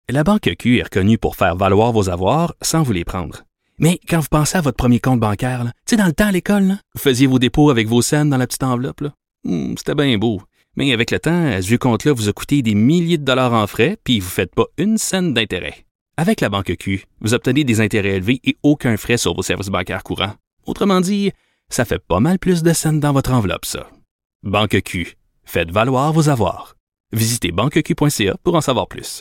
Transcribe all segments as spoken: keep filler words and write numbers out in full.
La Banque Q est reconnue pour faire valoir vos avoirs sans vous les prendre. Mais quand vous pensez à votre premier compte bancaire, tu sais, dans le temps à l'école, là, vous faisiez vos dépôts avec vos scènes dans la petite enveloppe. Là. Hum, c'était bien beau. Mais avec le temps, à ce vieux compte-là vous a coûté des milliers de dollars en frais, puis vous ne faites pas une scène d'intérêt. Avec la Banque Q, vous obtenez des intérêts élevés et aucun frais sur vos services bancaires courants. Autrement dit, ça fait pas mal plus de scènes dans votre enveloppe, ça. Banque Q. Faites valoir vos avoirs. Visitez banque q point c a pour en savoir plus.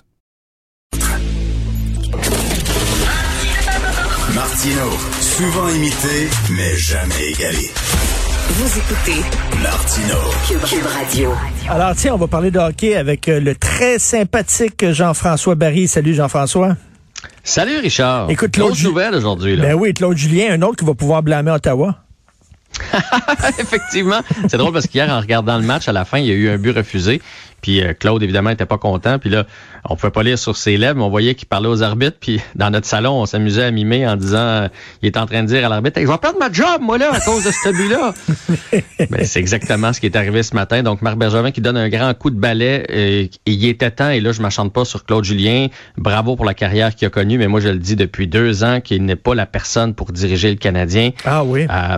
Martino, souvent imité, mais jamais égalé. Vous écoutez Martino, Cube, Cube Radio. Alors tiens, on va parler de hockey avec le très sympathique Jean-François Barry. Salut Jean-François. Salut Richard. Écoute, Claude Ju- nouvelle aujourd'hui. Là. Ben oui, Claude Julien, un autre qui va pouvoir blâmer Ottawa. Effectivement. C'est drôle parce qu'hier, en regardant le match, à la fin, il y a eu un but refusé. Puis euh, Claude, évidemment, était pas content. Puis là, on pouvait pas lire sur ses lèvres, mais on voyait qu'il parlait aux arbitres. Puis dans notre salon, on s'amusait à mimer en disant, euh, il est en train de dire à l'arbitre, hey, je vais perdre ma job, moi, là, à cause de ce but-là. Ben, c'est exactement ce qui est arrivé ce matin. Donc, Marc Bergevin qui donne un grand coup de balai. Euh, et il était temps, et là, je m'achante pas sur Claude Julien. Bravo pour la carrière qu'il a connue, mais moi, je le dis depuis deux ans qu'il n'est pas la personne pour diriger le Canadien. Ah oui. Euh,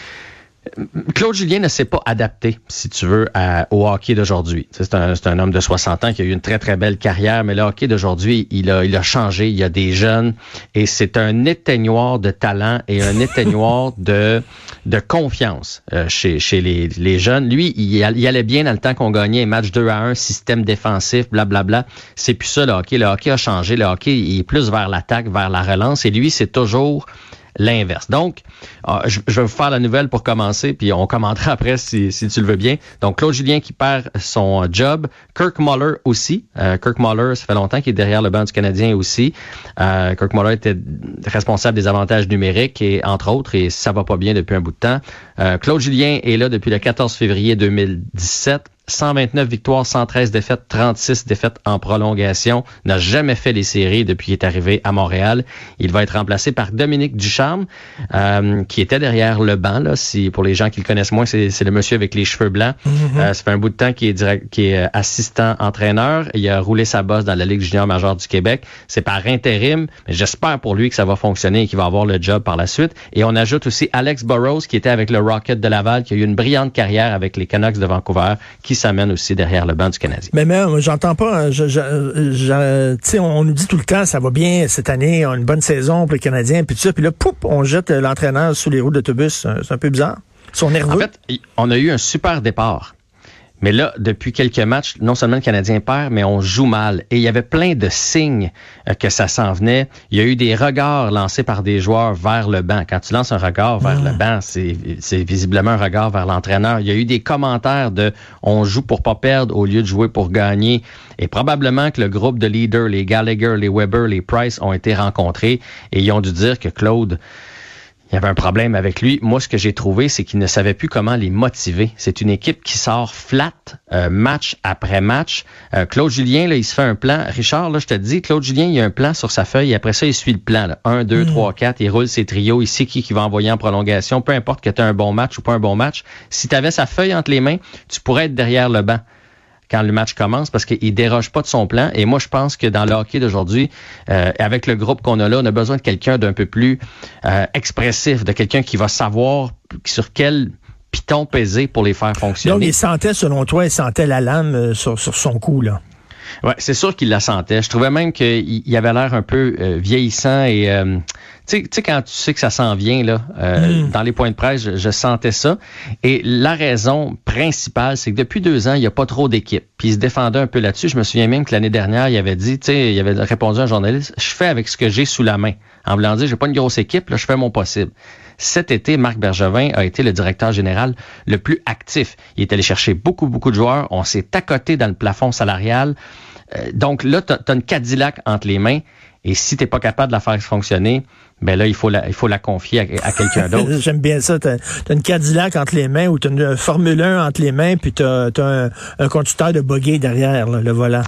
Claude Julien ne s'est pas adapté, si tu veux, à, au hockey d'aujourd'hui. C'est un, c'est un homme de soixante ans qui a eu une très, très belle carrière, mais le hockey d'aujourd'hui, il a, il a changé. Il y a des jeunes et c'est un éteignoir de talent et un éteignoir de, de confiance euh, chez, chez les, les jeunes. Lui, il, il allait bien dans le temps qu'on gagnait match deux à un, système défensif, blablabla. C'est plus ça, le hockey. Le hockey a changé. Le hockey, il est plus vers l'attaque, vers la relance et lui, c'est toujours l'inverse. Donc, euh, je, je vais vous faire la nouvelle pour commencer, puis on commentera après si, si tu le veux bien. Donc, Claude Julien qui perd son job. Kirk Muller aussi. Euh, Kirk Muller, ça fait longtemps qu'il est derrière le banc du Canadien aussi. Euh, Kirk Muller était responsable des avantages numériques, et entre autres, et ça va pas bien depuis un bout de temps. Euh, Claude Julien est là depuis le quatorze février deux mille dix-sept. cent vingt-neuf victoires, cent treize défaites, trente-six défaites en prolongation. N'a jamais fait les séries depuis qu'il est arrivé à Montréal. Il va être remplacé par Dominique Ducharme, euh, qui était derrière le banc. Là, si pour les gens qui le connaissent moins, c'est, c'est le monsieur avec les cheveux blancs. Mm-hmm. Euh, ça fait un bout de temps qu'il est, direct, qu'il est assistant entraîneur. Il a roulé sa bosse dans la Ligue junior majeure du Québec. C'est par intérim, mais j'espère pour lui que ça va fonctionner et qu'il va avoir le job par la suite. Et on ajoute aussi Alex Burrows, qui était avec le Rocket de Laval, qui a eu une brillante carrière avec les Canucks de Vancouver, qui s'amène aussi derrière le banc du Canadien. Mais même, j'entends pas, je, je, je, tu sais, on nous dit tout le temps, ça va bien cette année, on a une bonne saison pour les Canadiens, puis tout ça, puis là, poup, on jette l'entraîneur sous les roues d'autobus. C'est un peu bizarre. Ils sont nerveux. En fait, on a eu un super départ. Mais là, depuis quelques matchs, non seulement le Canadien perd, mais on joue mal. Et il y avait plein de signes euh, que ça s'en venait. Il y a eu des regards lancés par des joueurs vers le banc. Quand tu lances un regard vers mmh. le banc, c'est, c'est visiblement un regard vers l'entraîneur. Il y a eu des commentaires de « on joue pour pas perdre au lieu de jouer pour gagner ». Et probablement que le groupe de leaders, les Gallagher, les Weber, les Price, ont été rencontrés et ils ont dû dire que Claude... il y avait un problème avec lui. Moi, ce que j'ai trouvé, c'est qu'il ne savait plus comment les motiver. C'est une équipe qui sort flat, euh, match après match. Euh, Claude Julien, là, il se fait un plan. Richard, là, je te dis, Claude Julien, il y a un plan sur sa feuille. Et après ça, il suit le plan. Là. Un, deux, mmh. trois, quatre. Il roule ses trios. Il sait qui, qui va envoyer en prolongation. Peu importe que tu aies un bon match ou pas un bon match. Si tu avais sa feuille entre les mains, tu pourrais être derrière le banc quand le match commence, parce qu'il déroge pas de son plan. Et moi, je pense que dans le hockey d'aujourd'hui, euh, avec le groupe qu'on a là, on a besoin de quelqu'un d'un peu plus euh, expressif, de quelqu'un qui va savoir sur quel piton peser pour les faire fonctionner. Donc, il sentait, selon toi, il sentait la lame euh, sur, sur son cou, là. Ouais, c'est sûr qu'il la sentait. Je trouvais même qu'il il avait l'air un peu euh, vieillissant et euh, tu sais quand tu sais que ça s'en vient là, euh, mm. dans les points de presse, je, je sentais ça. Et la raison principale, c'est que depuis deux ans, il n'y a pas trop d'équipe. Puis il se défendait un peu là-dessus. Je me souviens même que l'année dernière, il avait dit, tu sais, il avait répondu à un journaliste, je fais avec ce que j'ai sous la main. En voulant dire, j'ai pas une grosse équipe, là, je fais mon possible. Cet été, Marc Bergevin a été le directeur général le plus actif. Il est allé chercher beaucoup, beaucoup de joueurs. On s'est accoté dans le plafond salarial. Euh, donc là, tu as une Cadillac entre les mains. Et si tu n'es pas capable de la faire fonctionner, ben là, il faut la, il faut la confier à, à quelqu'un d'autre. J'aime bien ça. Tu as une Cadillac entre les mains ou tu as une Formule un entre les mains, puis tu as un, un conducteur de buggy derrière, là, le volant.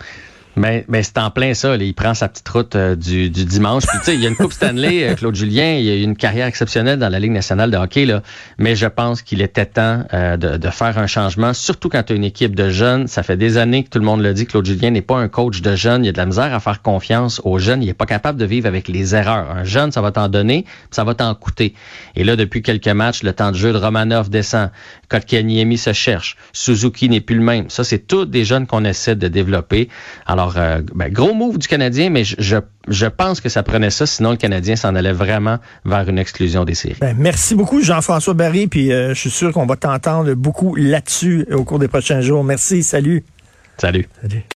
Ben, ben c'est en plein ça. Là. Il prend sa petite route euh, du, du dimanche. Puis tu sais, il y a une Coupe Stanley, euh, Claude Julien. Il a eu une carrière exceptionnelle dans la Ligue nationale de hockey. Là. Mais je pense qu'il était temps euh, de, de faire un changement, surtout quand tu as une équipe de jeunes. Ça fait des années que tout le monde le dit. Claude Julien n'est pas un coach de jeunes. Il a de la misère à faire confiance aux jeunes. Il est pas capable de vivre avec les erreurs. Un jeune, ça va t'en donner, ça va t'en coûter. Et là, depuis quelques matchs, le temps de jeu de Romanov descend. Kotkaniemi se cherche. Suzuki n'est plus le même. Ça, c'est tous des jeunes qu'on essaie de développer. Alors, euh, ben, gros move du Canadien, mais je, je, je pense que ça prenait ça, sinon le Canadien s'en allait vraiment vers une exclusion des séries. Ben, merci beaucoup, Jean-François Barry, puis euh, je suis sûr qu'on va t'entendre beaucoup là-dessus au cours des prochains jours. Merci, salut. Salut. Salut.